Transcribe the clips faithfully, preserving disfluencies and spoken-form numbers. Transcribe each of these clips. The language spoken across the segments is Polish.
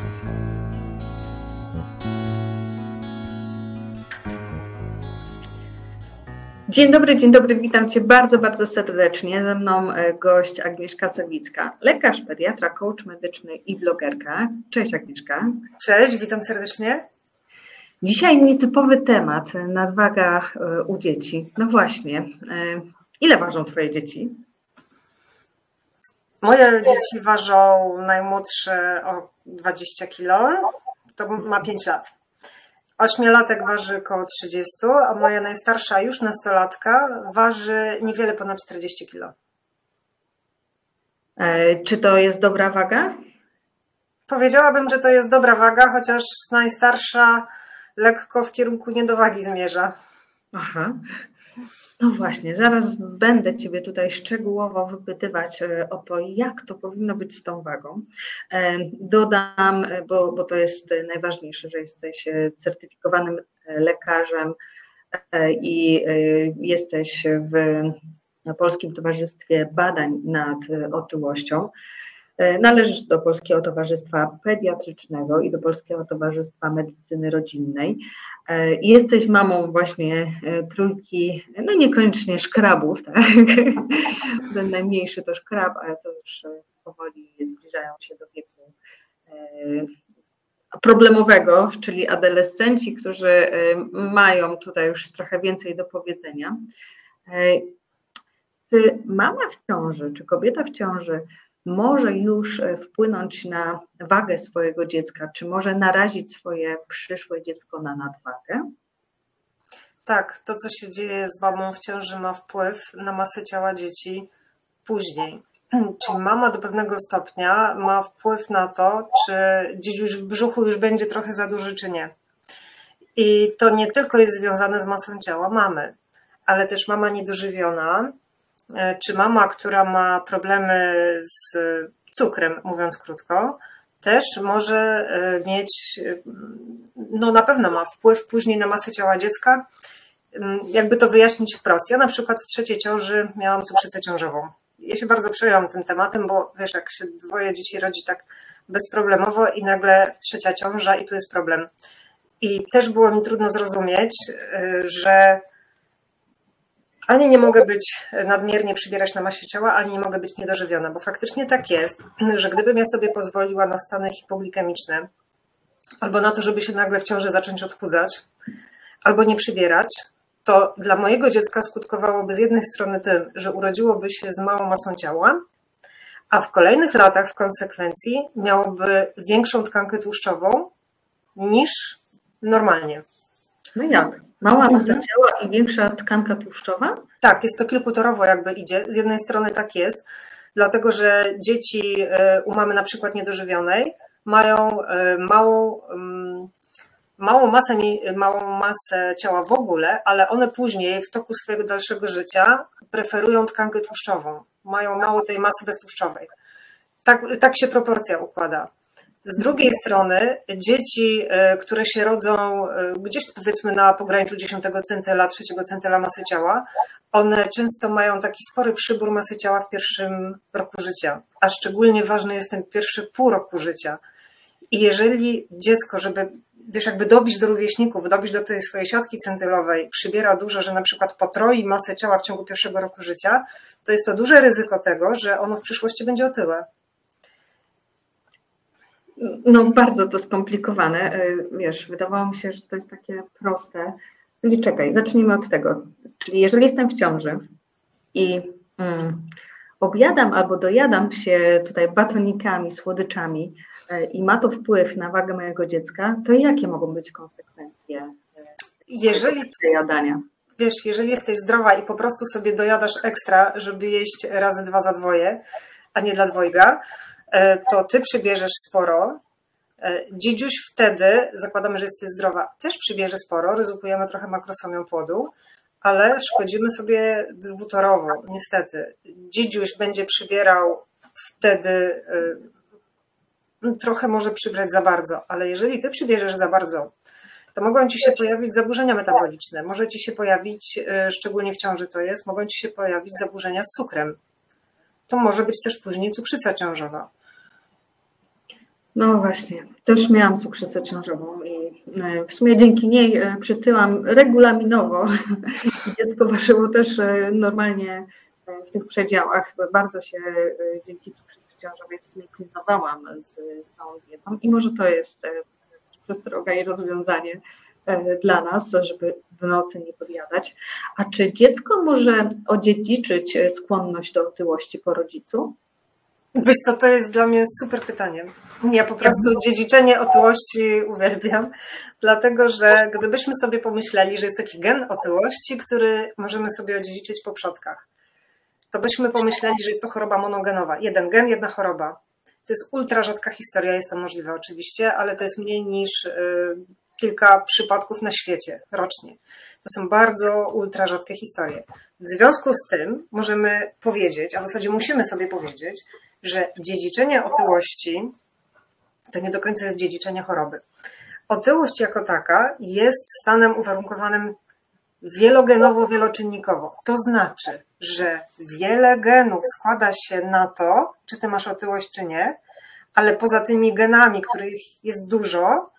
Dzień dobry, dzień dobry, witam Cię bardzo, bardzo serdecznie. Ze mną gość Agnieszka Sawicka, lekarz, pediatra, coach medyczny i blogerka. Cześć Agnieszka. Cześć, witam serdecznie. Dzisiaj nietypowy temat, nadwaga u dzieci. No właśnie, ile ważą Twoje dzieci? Moje dzieci ważą najmłodsze o dwadzieścia kilo, to ma pięć lat. Ośmiolatek waży około trzydzieści, a moja najstarsza już nastolatka waży niewiele ponad czterdzieści kilo. Czy to jest dobra waga? Powiedziałabym, że to jest dobra waga, chociaż najstarsza lekko w kierunku niedowagi zmierza. Aha. No właśnie, zaraz będę Ciebie tutaj szczegółowo wypytywać o to, jak to powinno być z tą wagą. Dodam, bo, bo to jest najważniejsze, że jesteś certyfikowanym lekarzem i jesteś w Polskim Towarzystwie Badań nad Otyłością. Należysz do Polskiego Towarzystwa Pediatrycznego i do Polskiego Towarzystwa Medycyny Rodzinnej. Jesteś mamą właśnie trójki, no niekoniecznie szkrabów, tak? Ten najmniejszy to szkrab, ale to już powoli zbliżają się do wieku problemowego, czyli adolescenci, którzy mają tutaj już trochę więcej do powiedzenia. Czy mama w ciąży, czy kobieta w ciąży może już wpłynąć na wagę swojego dziecka, czy może narazić swoje przyszłe dziecko na nadwagę? Tak, to co się dzieje z mamą w ciąży ma wpływ na masę ciała dzieci później. Czyli mama do pewnego stopnia ma wpływ na to, czy dziś w brzuchu już będzie trochę za duży, czy nie. I to nie tylko jest związane z masą ciała mamy, ale też mama niedożywiona, czy mama, która ma problemy z cukrem, mówiąc krótko, też może mieć, no na pewno ma wpływ później na masę ciała dziecka. Jakby to wyjaśnić wprost. Ja na przykład w trzeciej ciąży miałam cukrzycę ciążową. Ja się bardzo przejęłam tym tematem, bo wiesz, jak się dwoje dzieci rodzi tak bezproblemowo i nagle trzecia ciąża i tu jest problem. I też było mi trudno zrozumieć, że ani nie mogę być nadmiernie przybierać na masie ciała, ani nie mogę być niedożywiona, bo faktycznie tak jest, że gdybym ja sobie pozwoliła na stany hipoglikemiczne, albo na to, żeby się nagle w ciąży zacząć odchudzać, albo nie przybierać, to dla mojego dziecka skutkowałoby z jednej strony tym, że urodziłoby się z małą masą ciała, a w kolejnych latach w konsekwencji miałoby większą tkankę tłuszczową niż normalnie. No jak? Mała masa ciała i większa tkanka tłuszczowa? Tak, jest to kilkutorowo jakby idzie. Z jednej strony tak jest, dlatego że dzieci u mamy na przykład niedożywionej mają małą, małą, masę, małą masę ciała w ogóle, ale one później w toku swojego dalszego życia preferują tkankę tłuszczową. Mają mało tej masy beztłuszczowej. Tak, tak się proporcja układa. Z drugiej strony dzieci, które się rodzą gdzieś powiedzmy na pograniczu dziesiątego centyla, trzeciego centyla masy ciała, one często mają taki spory przybór masy ciała w pierwszym roku życia, a szczególnie ważny jest ten pierwszy pół roku życia. I jeżeli dziecko, żeby wiesz, jakby dobić do rówieśników, dobić do tej swojej siatki centylowej, przybiera dużo, że na przykład potroi masę ciała w ciągu pierwszego roku życia, to jest to duże ryzyko tego, że ono w przyszłości będzie otyłe. No bardzo to skomplikowane. Wiesz, wydawało mi się, że to jest takie proste. Czyli czekaj, zacznijmy od tego. Czyli jeżeli jestem w ciąży i mm, objadam albo dojadam się tutaj batonikami, słodyczami i ma to wpływ na wagę mojego dziecka, to jakie mogą być konsekwencje jeżeli, tego jadania? Wiesz, jeżeli jesteś zdrowa i po prostu sobie dojadasz ekstra, żeby jeść razy dwa za dwoje, a nie dla dwojga, to ty przybierzesz sporo. Dzidziuś wtedy, zakładamy, że jesteś zdrowa, też przybierze sporo, ryzykujemy trochę makrosomią płodu, ale szkodzimy sobie dwutorowo, niestety. Dzidziuś będzie przybierał wtedy, trochę może przybrać za bardzo, ale jeżeli ty przybierzesz za bardzo, to mogą ci się pojawić zaburzenia metaboliczne, może ci się pojawić, szczególnie w ciąży to jest, mogą ci się pojawić zaburzenia z cukrem. To może być też później cukrzyca ciążowa. No właśnie, też miałam cukrzycę ciążową i w sumie dzięki niej przytyłam regulaminowo. Dziecko ważyło też normalnie w tych przedziałach. Bardzo się dzięki cukrzycy ciążowej w sumie pilnowałam z tą dietą i może to jest przestroga i rozwiązanie dla nas, żeby w nocy nie podjadać. A czy dziecko może odziedziczyć skłonność do otyłości po rodzicu? Wiesz co, to jest dla mnie super pytanie. Ja po prostu dziedziczenie otyłości uwielbiam, dlatego że gdybyśmy sobie pomyśleli, że jest taki gen otyłości, który możemy sobie odziedziczyć po przodkach, to byśmy pomyśleli, że jest to choroba monogenowa. Jeden gen, jedna choroba. To jest ultra rzadka historia, jest to możliwe oczywiście, ale to jest mniej niż kilka przypadków na świecie rocznie. To są bardzo ultra rzadkie historie. W związku z tym możemy powiedzieć, a w zasadzie musimy sobie powiedzieć, że dziedziczenie otyłości to nie do końca jest dziedziczenie choroby. Otyłość jako taka jest stanem uwarunkowanym wielogenowo, wieloczynnikowo. To znaczy, że wiele genów składa się na to, czy ty masz otyłość, czy nie, ale poza tymi genami, których jest dużo,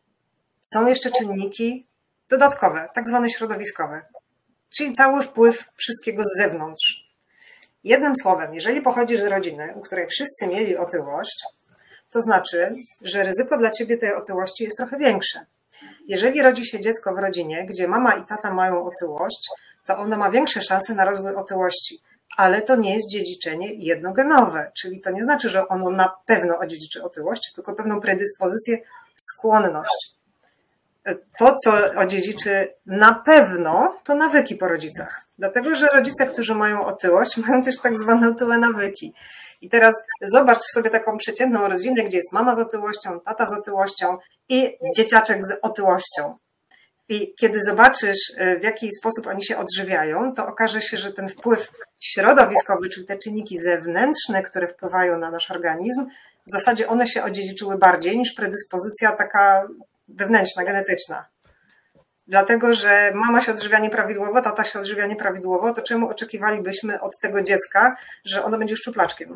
są jeszcze czynniki dodatkowe, tak zwane środowiskowe, czyli cały wpływ wszystkiego z zewnątrz. Jednym słowem, jeżeli pochodzisz z rodziny, u której wszyscy mieli otyłość, to znaczy, że ryzyko dla ciebie tej otyłości jest trochę większe. Jeżeli rodzi się dziecko w rodzinie, gdzie mama i tata mają otyłość, to ono ma większe szanse na rozwój otyłości. Ale to nie jest dziedziczenie jednogenowe, czyli to nie znaczy, że ono na pewno odziedziczy otyłość, tylko pewną predyspozycję, skłonność. To, co odziedziczy na pewno, to nawyki po rodzicach. Dlatego, że rodzice, którzy mają otyłość, mają też tak zwane otyłe nawyki. I teraz zobacz sobie taką przeciętną rodzinę, gdzie jest mama z otyłością, tata z otyłością i dzieciaczek z otyłością. I kiedy zobaczysz, w jaki sposób oni się odżywiają, to okaże się, że ten wpływ środowiskowy, czyli te czynniki zewnętrzne, które wpływają na nasz organizm, w zasadzie one się odziedziczyły bardziej niż predyspozycja taka wewnętrzna, genetyczna. Dlatego, że mama się odżywia nieprawidłowo, tata się odżywia nieprawidłowo, to czemu oczekiwalibyśmy od tego dziecka, że ono będzie szczuplaczkiem?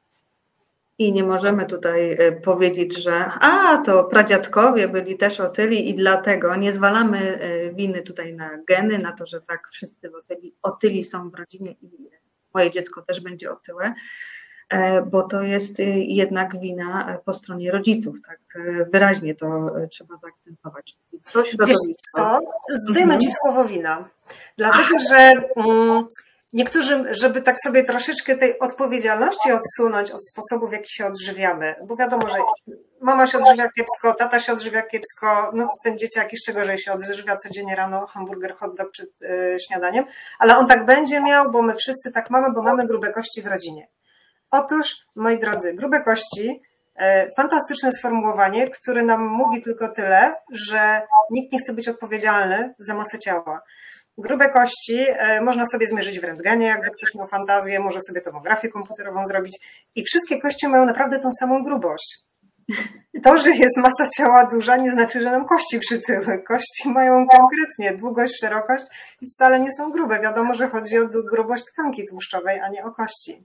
I nie możemy tutaj powiedzieć, że a, to pradziadkowie byli też otyli i dlatego nie zwalamy winy tutaj na geny, na to, że tak wszyscy otyli, otyli są w rodzinie i moje dziecko też będzie otyłe, bo to jest jednak wina po stronie rodziców, tak wyraźnie to trzeba zaakcentować. To środowisko. Wiesz co? Zdejmę mhm. ci słowo wina, dlatego że um, niektórzy, żeby tak sobie troszeczkę tej odpowiedzialności odsunąć od sposobu, w jaki się odżywiamy, bo wiadomo, że mama się odżywia kiepsko, tata się odżywia kiepsko, no to ten dzieciak jeszcze gorzej się odżywia codziennie rano, hamburger, hot dog przed y, śniadaniem, ale on tak będzie miał, bo my wszyscy tak mamy, bo mamy grube kości w rodzinie. Otóż, moi drodzy, grube kości, fantastyczne sformułowanie, które nam mówi tylko tyle, że nikt nie chce być odpowiedzialny za masę ciała. Grube kości można sobie zmierzyć w rentgenie, jakby ktoś miał fantazję, może sobie tomografię komputerową zrobić i wszystkie kości mają naprawdę tą samą grubość. To, że jest masa ciała duża, nie znaczy, że nam kości przytyły. Kości mają konkretnie długość, szerokość i wcale nie są grube. Wiadomo, że chodzi o grubość tkanki tłuszczowej, a nie o kości.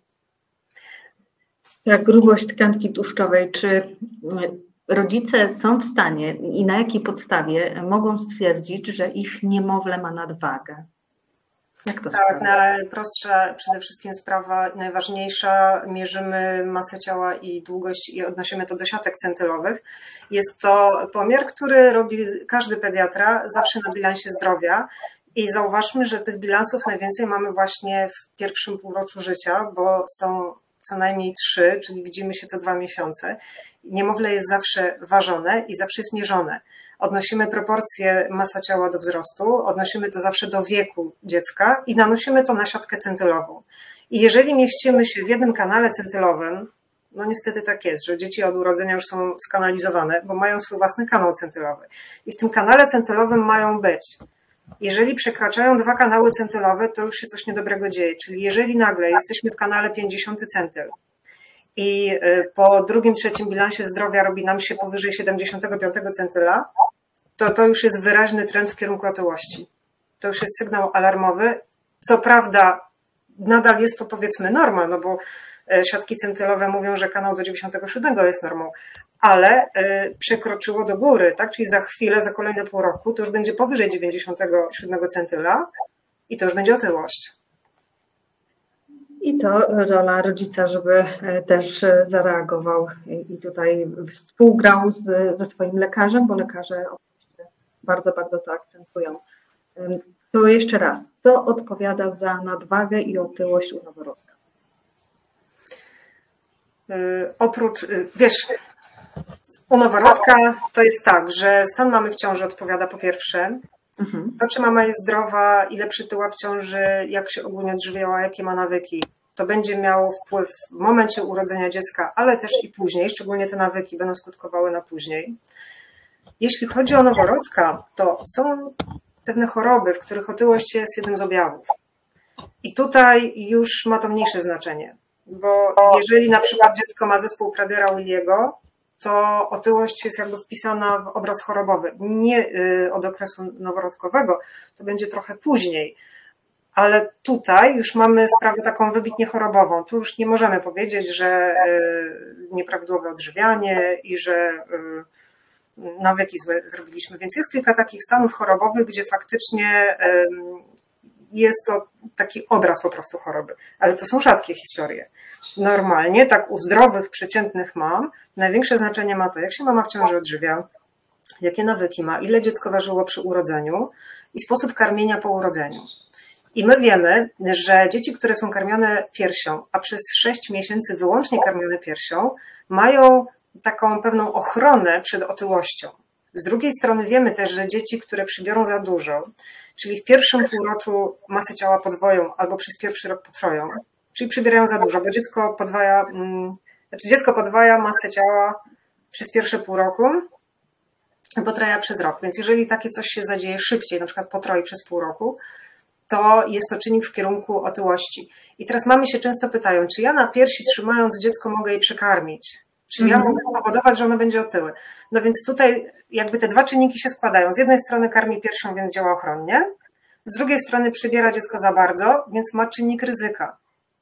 Jak grubość tkanki tłuszczowej, czy rodzice są w stanie i na jakiej podstawie mogą stwierdzić, że ich niemowlę ma nadwagę? Jak to Tak, najprostsza przede wszystkim sprawa, najważniejsza, mierzymy masę ciała i długość i odnosimy to do siatek centylowych. Jest to pomiar, który robi każdy pediatra zawsze na bilansie zdrowia. I zauważmy, że tych bilansów najwięcej mamy właśnie w pierwszym półroczu życia, bo są co najmniej trzy, czyli widzimy się co dwa miesiące. Niemowlę jest zawsze ważone i zawsze jest mierzone. Odnosimy proporcje masa ciała do wzrostu, odnosimy to zawsze do wieku dziecka i nanosimy to na siatkę centylową. I jeżeli mieścimy się w jednym kanale centylowym, no niestety tak jest, że dzieci od urodzenia już są skanalizowane, bo mają swój własny kanał centylowy. I w tym kanale centylowym mają być. Jeżeli przekraczają dwa kanały centylowe, to już się coś niedobrego dzieje. Czyli jeżeli nagle jesteśmy w kanale pięćdziesiąty centyl i po drugim, trzecim bilansie zdrowia robi nam się powyżej siedemdziesiątego piątego centyla, to to już jest wyraźny trend w kierunku otyłości. To już jest sygnał alarmowy. Co prawda nadal jest to powiedzmy norma, no bo siatki centylowe mówią, że kanał do dziewięćdziesiątego siódmego jest normą, ale przekroczyło do góry, tak? Czyli za chwilę, za kolejne pół roku to już będzie powyżej dziewięćdziesiątego siódmego centyla i to już będzie otyłość. I to rola rodzica, żeby też zareagował i tutaj współgrał z, ze swoim lekarzem, bo lekarze oczywiście bardzo, bardzo to akcentują. To jeszcze raz, co odpowiada za nadwagę i otyłość u noworodka? Yy, oprócz, yy, wiesz, u noworodka to jest tak, że stan mamy w ciąży odpowiada po pierwsze, mhm. to czy mama jest zdrowa, ile przytyła w ciąży, jak się ogólnie odżywiała, jakie ma nawyki. To będzie miało wpływ w momencie urodzenia dziecka, ale też i później, szczególnie te nawyki będą skutkowały na później. Jeśli chodzi o noworodka, to są pewne choroby, w których otyłość jest jednym z objawów. I tutaj już ma to mniejsze znaczenie, bo jeżeli na przykład dziecko ma zespół Pradera-Williego, to otyłość jest jakby wpisana w obraz chorobowy. Nie od okresu noworodkowego, to będzie trochę później. Ale tutaj już mamy sprawę taką wybitnie chorobową. Tu już nie możemy powiedzieć, że nieprawidłowe odżywianie i że nawyki złe zrobiliśmy. Więc jest kilka takich stanów chorobowych, gdzie faktycznie jest to taki obraz po prostu choroby. Ale to są rzadkie historie. Normalnie, tak u zdrowych, przeciętnych mam, największe znaczenie ma to, jak się mama w ciąży odżywia, jakie nawyki ma, ile dziecko ważyło przy urodzeniu i sposób karmienia po urodzeniu. I my wiemy, że dzieci, które są karmione piersią, a przez sześć miesięcy wyłącznie karmione piersią, mają taką pewną ochronę przed otyłością. Z drugiej strony wiemy też, że dzieci, które przybiorą za dużo, czyli w pierwszym półroczu masę ciała podwoją albo przez pierwszy rok potroją, czyli przybierają za dużo, bo dziecko podwaja, znaczy dziecko podwaja masę ciała przez pierwsze pół roku, potraja przez rok. Więc jeżeli takie coś się zadzieje szybciej, na przykład potroi przez pół roku, to jest to czynnik w kierunku otyłości. I teraz mamy się często pytają, czy ja na piersi trzymając dziecko mogę je przekarmić? Czy ja mogę spowodować, że ono będzie otyłe? No więc tutaj jakby te dwa czynniki się składają. Z jednej strony karmi piersią, więc działa ochronnie. Z drugiej strony przybiera dziecko za bardzo, więc ma czynnik ryzyka.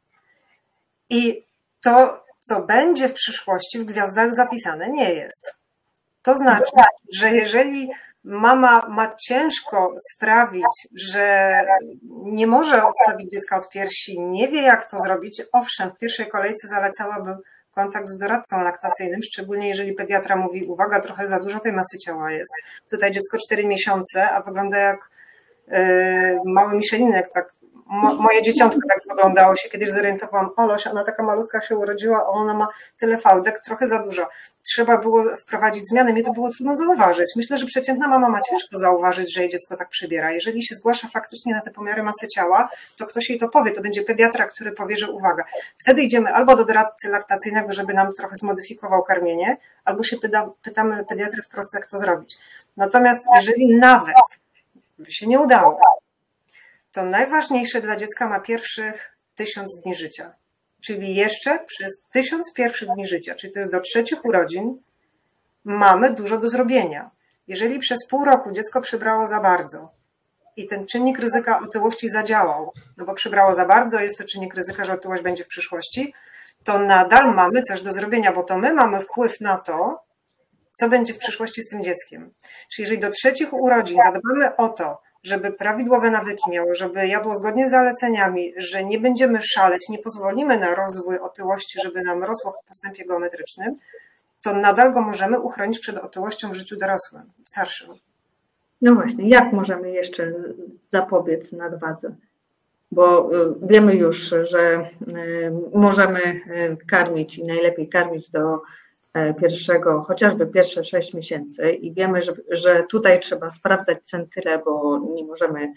I to, co będzie w przyszłości w gwiazdach zapisane, nie jest. To znaczy, że jeżeli mama ma ciężko sprawić, że nie może odstawić dziecka od piersi, nie wie jak to zrobić, owszem, w pierwszej kolejce zalecałabym kontakt z doradcą laktacyjnym, szczególnie jeżeli pediatra mówi, uwaga, trochę za dużo tej masy ciała jest. Tutaj dziecko cztery miesiące, a wygląda jak yy, mały miszelinek, tak. Mo, moje dzieciątko tak wyglądało, się kiedyś zorientowałam, Oloś, ona taka malutka się urodziła, a ona ma tyle fałdek, trochę za dużo. Trzeba było wprowadzić zmiany, mnie to było trudno zauważyć. Myślę, że przeciętna mama ma ciężko zauważyć, że jej dziecko tak przybiera. Jeżeli się zgłasza faktycznie na te pomiary masy ciała, to ktoś jej to powie, to będzie pediatra, który powie, że uwaga. Wtedy idziemy albo do doradcy laktacyjnego, żeby nam trochę zmodyfikował karmienie, albo się pyta, pytamy pediatry wprost, jak to zrobić. Natomiast jeżeli nawet by się nie udało, to najważniejsze dla dziecka ma pierwszych tysiąc dni życia. Czyli jeszcze przez tysiąc pierwszych dni życia, czyli to jest do trzecich urodzin, mamy dużo do zrobienia. Jeżeli przez pół roku dziecko przybrało za bardzo i ten czynnik ryzyka otyłości zadziałał, no bo przybrało za bardzo, jest to czynnik ryzyka, że otyłość będzie w przyszłości, to nadal mamy coś do zrobienia, bo to my mamy wpływ na to, co będzie w przyszłości z tym dzieckiem. Czyli jeżeli do trzecich urodzin zadbamy o to, żeby prawidłowe nawyki miało, żeby jadło zgodnie z zaleceniami, że nie będziemy szaleć, nie pozwolimy na rozwój otyłości, żeby nam rosło w postępie geometrycznym, to nadal go możemy uchronić przed otyłością w życiu dorosłym, starszym. No właśnie, jak możemy jeszcze zapobiec nadwadze? Bo wiemy już, że możemy karmić i najlepiej karmić do pierwszego, chociażby pierwsze sześć miesięcy i wiemy, że, że tutaj trzeba sprawdzać centyrę, bo nie możemy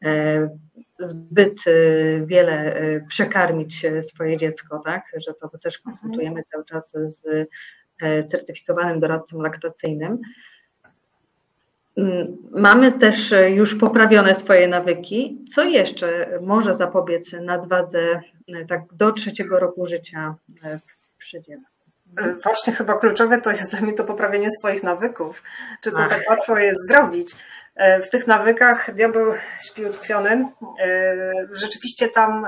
zbyt wiele przekarmić swoje dziecko, tak? Że to też konsultujemy cały czas z certyfikowanym doradcą laktacyjnym. Mamy też już poprawione swoje nawyki. Co jeszcze może zapobiec nadwadze tak do trzeciego roku życia w przedziale? Właśnie chyba kluczowe to jest dla mnie to poprawienie swoich nawyków. Czy to Ach. tak łatwo jest zrobić? W tych nawykach diabeł śpi utkwiony. Rzeczywiście tam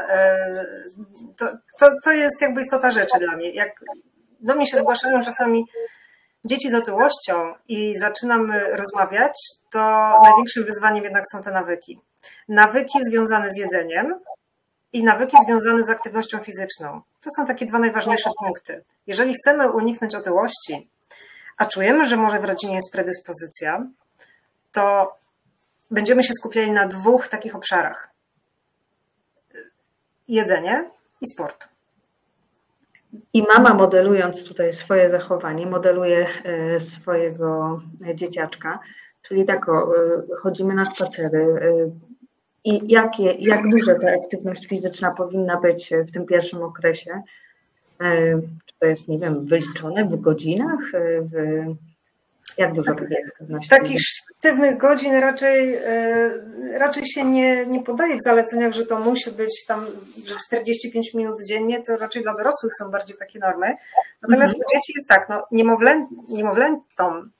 to, to, to jest jakby istota rzeczy dla mnie. Jak do mnie się zgłaszają czasami dzieci z otyłością i zaczynamy rozmawiać, to największym wyzwaniem jednak są te nawyki. Nawyki związane z jedzeniem i nawyki związane z aktywnością fizyczną. To są takie dwa najważniejsze punkty. Jeżeli chcemy uniknąć otyłości, a czujemy, że może w rodzinie jest predyspozycja, to będziemy się skupiali na dwóch takich obszarach. Jedzenie i sport. I mama, modelując tutaj swoje zachowanie, modeluje swojego dzieciaczka, czyli tak, o, chodzimy na spacery. I jakie, jak duża ta aktywność fizyczna powinna być w tym pierwszym okresie? Czy to jest, nie wiem, wyliczone w godzinach? W, jak dużo takiej aktywności? Takich sztywnych godzin raczej, raczej się nie, nie podaje w zaleceniach, że to musi być tam, że czterdzieści pięć minut dziennie, to raczej dla dorosłych są bardziej takie normy. Natomiast mhm. u dzieci jest tak, no, niemowlę, niemowlętom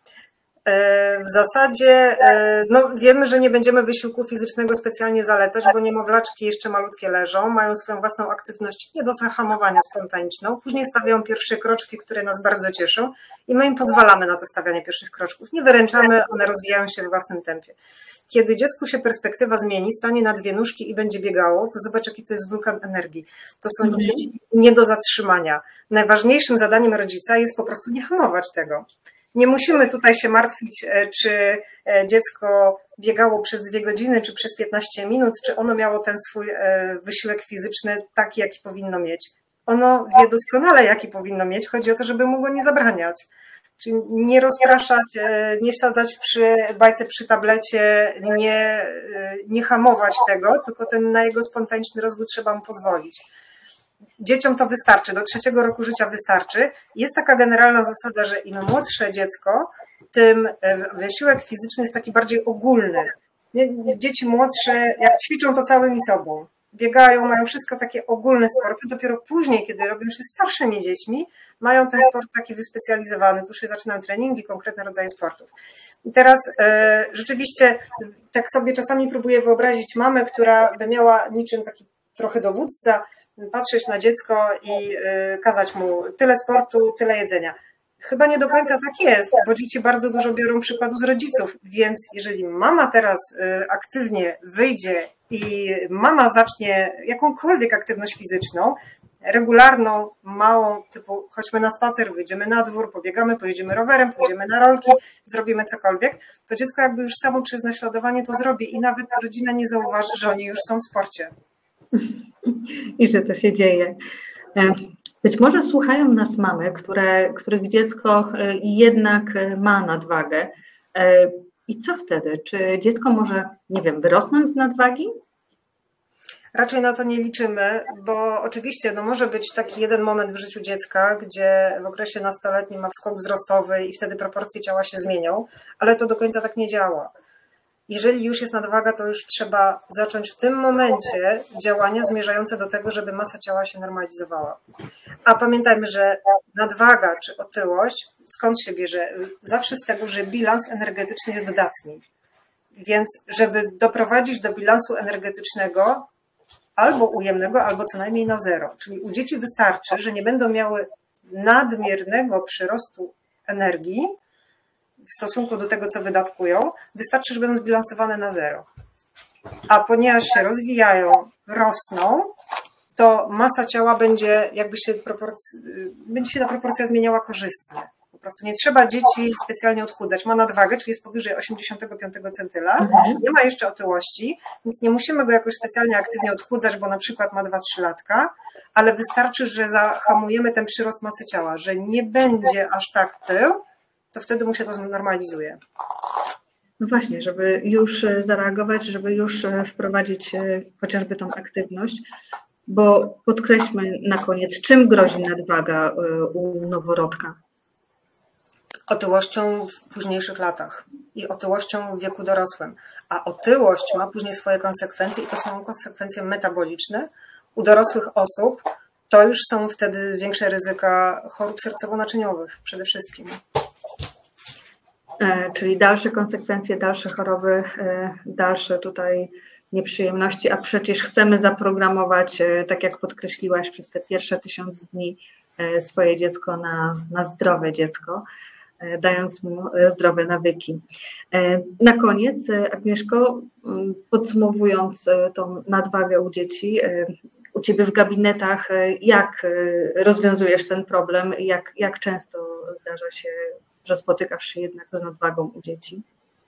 w zasadzie no, wiemy, że nie będziemy wysiłku fizycznego specjalnie zalecać, bo niemowlaczki jeszcze malutkie leżą, mają swoją własną aktywność nie do zahamowania spontaniczną, później stawiają pierwsze kroczki, które nas bardzo cieszą i my im pozwalamy na to stawianie pierwszych kroczków. Nie wyręczamy, one rozwijają się w własnym tempie. Kiedy dziecku się perspektywa zmieni, stanie na dwie nóżki i będzie biegało, to zobacz, jaki to jest wulkan energii. To są mhm. dzieci nie do zatrzymania. Najważniejszym zadaniem rodzica jest po prostu nie hamować tego. Nie musimy tutaj się martwić, czy dziecko biegało przez dwie godziny, czy przez piętnaście minut, czy ono miało ten swój wysiłek fizyczny taki, jaki powinno mieć. Ono wie doskonale, jaki powinno mieć. Chodzi o to, żeby mu go nie zabraniać. Czyli nie rozpraszać, nie sadzać przy bajce, przy tablecie, nie, nie hamować tego, tylko ten na jego spontaniczny rozwój trzeba mu pozwolić. Dzieciom to wystarczy, do trzeciego roku życia wystarczy. Jest taka generalna zasada, że im młodsze dziecko, tym wysiłek fizyczny jest taki bardziej ogólny. Dzieci młodsze, jak ćwiczą, to całymi sobą. Biegają, mają wszystko takie ogólne sporty. Dopiero później, kiedy robią się starszymi dziećmi, mają ten sport taki wyspecjalizowany. Tu już się zaczynają treningi, konkretne rodzaje sportów. I teraz e, rzeczywiście tak sobie czasami próbuję wyobrazić mamę, która by miała niczym taki trochę dowódca, patrzeć na dziecko i kazać mu tyle sportu, tyle jedzenia. Chyba nie do końca tak jest, bo dzieci bardzo dużo biorą przykładu z rodziców, więc jeżeli mama teraz aktywnie wyjdzie i mama zacznie jakąkolwiek aktywność fizyczną, regularną, małą, typu chodźmy na spacer, wyjdziemy na dwór, pobiegamy, pojedziemy rowerem, pojedziemy na rolki, zrobimy cokolwiek, to dziecko jakby już samo przez naśladowanie to zrobi i nawet rodzina nie zauważy, że oni już są w sporcie. I że to się dzieje. Być może słuchają nas mamy, które, których dziecko jednak ma nadwagę. I co wtedy? Czy dziecko może, nie wiem, wyrosnąć z nadwagi? Raczej na to nie liczymy, bo oczywiście no może być taki jeden moment w życiu dziecka, gdzie w okresie nastoletnim ma wskok wzrostowy i wtedy proporcje ciała się zmienią, ale to do końca tak nie działa. Jeżeli już jest nadwaga, to już trzeba zacząć w tym momencie działania zmierzające do tego, żeby masa ciała się normalizowała. A pamiętajmy, że nadwaga czy otyłość, skąd się bierze? Zawsze z tego, że bilans energetyczny jest dodatni. Więc żeby doprowadzić do bilansu energetycznego albo ujemnego, albo co najmniej na zero. Czyli u dzieci wystarczy, że nie będą miały nadmiernego przyrostu energii, w stosunku do tego, co wydatkują, wystarczy, że będą zbilansowane na zero. A ponieważ się rozwijają, rosną, to masa ciała będzie jakby się, proporc- będzie się ta proporcja zmieniała korzystnie. Po prostu nie trzeba dzieci specjalnie odchudzać. Ma nadwagę, czyli jest powyżej osiemdziesiątego piątego centyla, mhm. nie ma jeszcze otyłości, więc nie musimy go jakoś specjalnie aktywnie odchudzać, bo na przykład ma dwa trzy latka, ale wystarczy, że zahamujemy ten przyrost masy ciała, że nie będzie aż tak tył, to wtedy mu się to normalizuje. No właśnie, żeby już zareagować, żeby już wprowadzić chociażby tą aktywność, bo podkreślmy na koniec, czym grozi nadwaga u noworodka? Otyłością w późniejszych latach i otyłością w wieku dorosłym. A otyłość ma później swoje konsekwencje i to są konsekwencje metaboliczne. U dorosłych osób to już są wtedy większe ryzyka chorób sercowo-naczyniowych przede wszystkim. Czyli dalsze konsekwencje, dalsze choroby, dalsze tutaj nieprzyjemności, a przecież chcemy zaprogramować, tak jak podkreśliłaś, przez te pierwsze tysiąc dni swoje dziecko na, na zdrowe dziecko. dając mu zdrowe nawyki. Na koniec, Agnieszko, podsumowując tą nadwagę u dzieci, u Ciebie w gabinetach, jak rozwiązujesz ten problem? Jak, jak często zdarza się, że spotykasz się jednak z nadwagą u dzieci?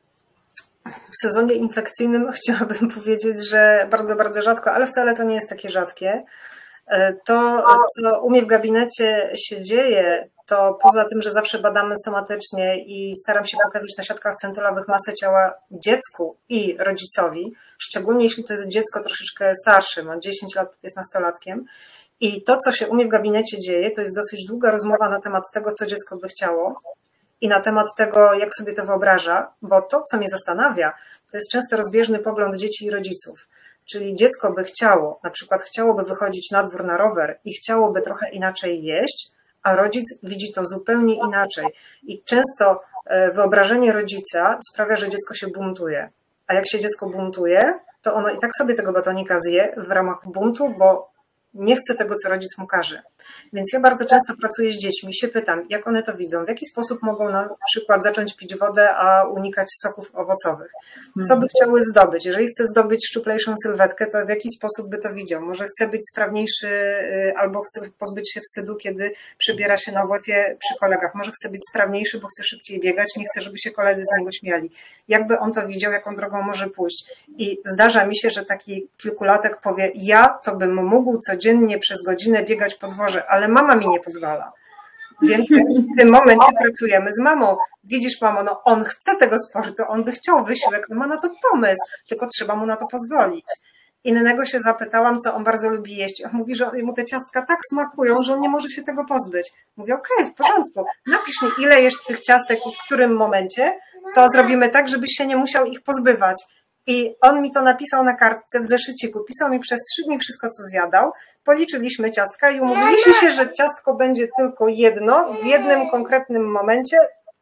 W sezonie infekcyjnym chciałabym powiedzieć, że bardzo, bardzo rzadko, ale wcale to nie jest takie rzadkie. To, co u mnie w gabinecie się dzieje, to poza tym, że zawsze badamy somatycznie i staram się pokazać na siatkach centylowych masę ciała dziecku i rodzicowi, szczególnie jeśli to jest dziecko troszeczkę starsze, ma dziesięć lat, jest nastolatkiem. I to, co się u mnie w gabinecie dzieje, to jest dosyć długa rozmowa na temat tego, co dziecko by chciało i na temat tego, jak sobie to wyobraża, bo to, co mnie zastanawia, to jest często rozbieżny pogląd dzieci i rodziców. Czyli dziecko by chciało, na przykład chciałoby wychodzić na dwór na rower i chciałoby trochę inaczej jeść, a rodzic widzi to zupełnie inaczej. I często wyobrażenie rodzica sprawia, że dziecko się buntuje. A jak się dziecko buntuje, to ono i tak sobie tego batonika zje w ramach buntu, bo nie chce tego, co rodzic mu każe. Więc ja bardzo często pracuję z dziećmi, się pytam, jak one to widzą, w jaki sposób mogą na przykład zacząć pić wodę, a unikać soków owocowych. Co by chciały zdobyć? Jeżeli chce zdobyć szczuplejszą sylwetkę, to w jaki sposób by to widział? Może chce być sprawniejszy albo chce pozbyć się wstydu, kiedy przybiera się na WF-ie przy kolegach. Może chce być sprawniejszy, bo chce szybciej biegać, nie chce, żeby się koledzy z niego śmiali. Jakby on to widział, jaką drogą może pójść? I zdarza mi się, że taki kilkulatek powie, ja to bym mógł codziennie przez godzinę biegać po dworze, ale mama mi nie pozwala. Więc w tym momencie pracujemy z mamą. Widzisz, mamo, no on chce tego sportu, on by chciał wysiłek, on ma na to pomysł, tylko trzeba mu na to pozwolić. Innego się zapytałam, co on bardzo lubi jeść. On mówi, że mu te ciastka tak smakują, że on nie może się tego pozbyć. Mówię, okej, okay, w porządku, napisz mi, ile jesz tych ciastek i w którym momencie, to zrobimy tak, żebyś się nie musiał ich pozbywać. I on mi to napisał na kartce w zeszyciku. Pisał mi przez trzy dni wszystko, co zjadał. Policzyliśmy ciastka i umówiliśmy się, że ciastko będzie tylko jedno w jednym konkretnym momencie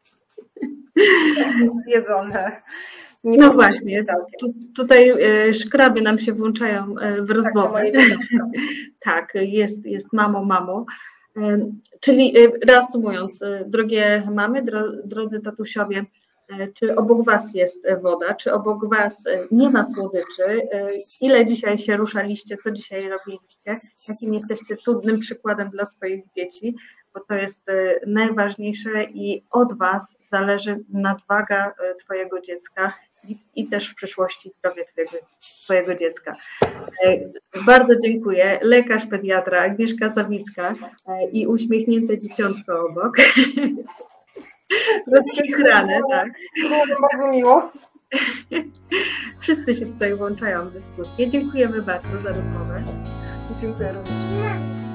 zjedzone. Nie no właśnie, tu, tutaj szkraby nam się włączają w rozmowę. Tak, tak, jest, jest mamo, mamo. Czyli reasumując, drogie mamy, drodzy tatusiowie, czy obok Was jest woda, czy obok Was nie ma słodyczy, ile dzisiaj się ruszaliście, co dzisiaj robiliście, jakim jesteście cudnym przykładem dla swoich dzieci, bo to jest najważniejsze i od Was zależy nadwaga Twojego dziecka i, i też w przyszłości zdrowie twojego, twojego dziecka. Bardzo dziękuję. Lekarz pediatra Agnieszka Sawicka i uśmiechnięte dzieciątko obok. Rozświetlane, tak. Było bardzo miło. Wszyscy się tutaj włączają w dyskusję. Dziękujemy bardzo za rozmowę. Dziękuję również.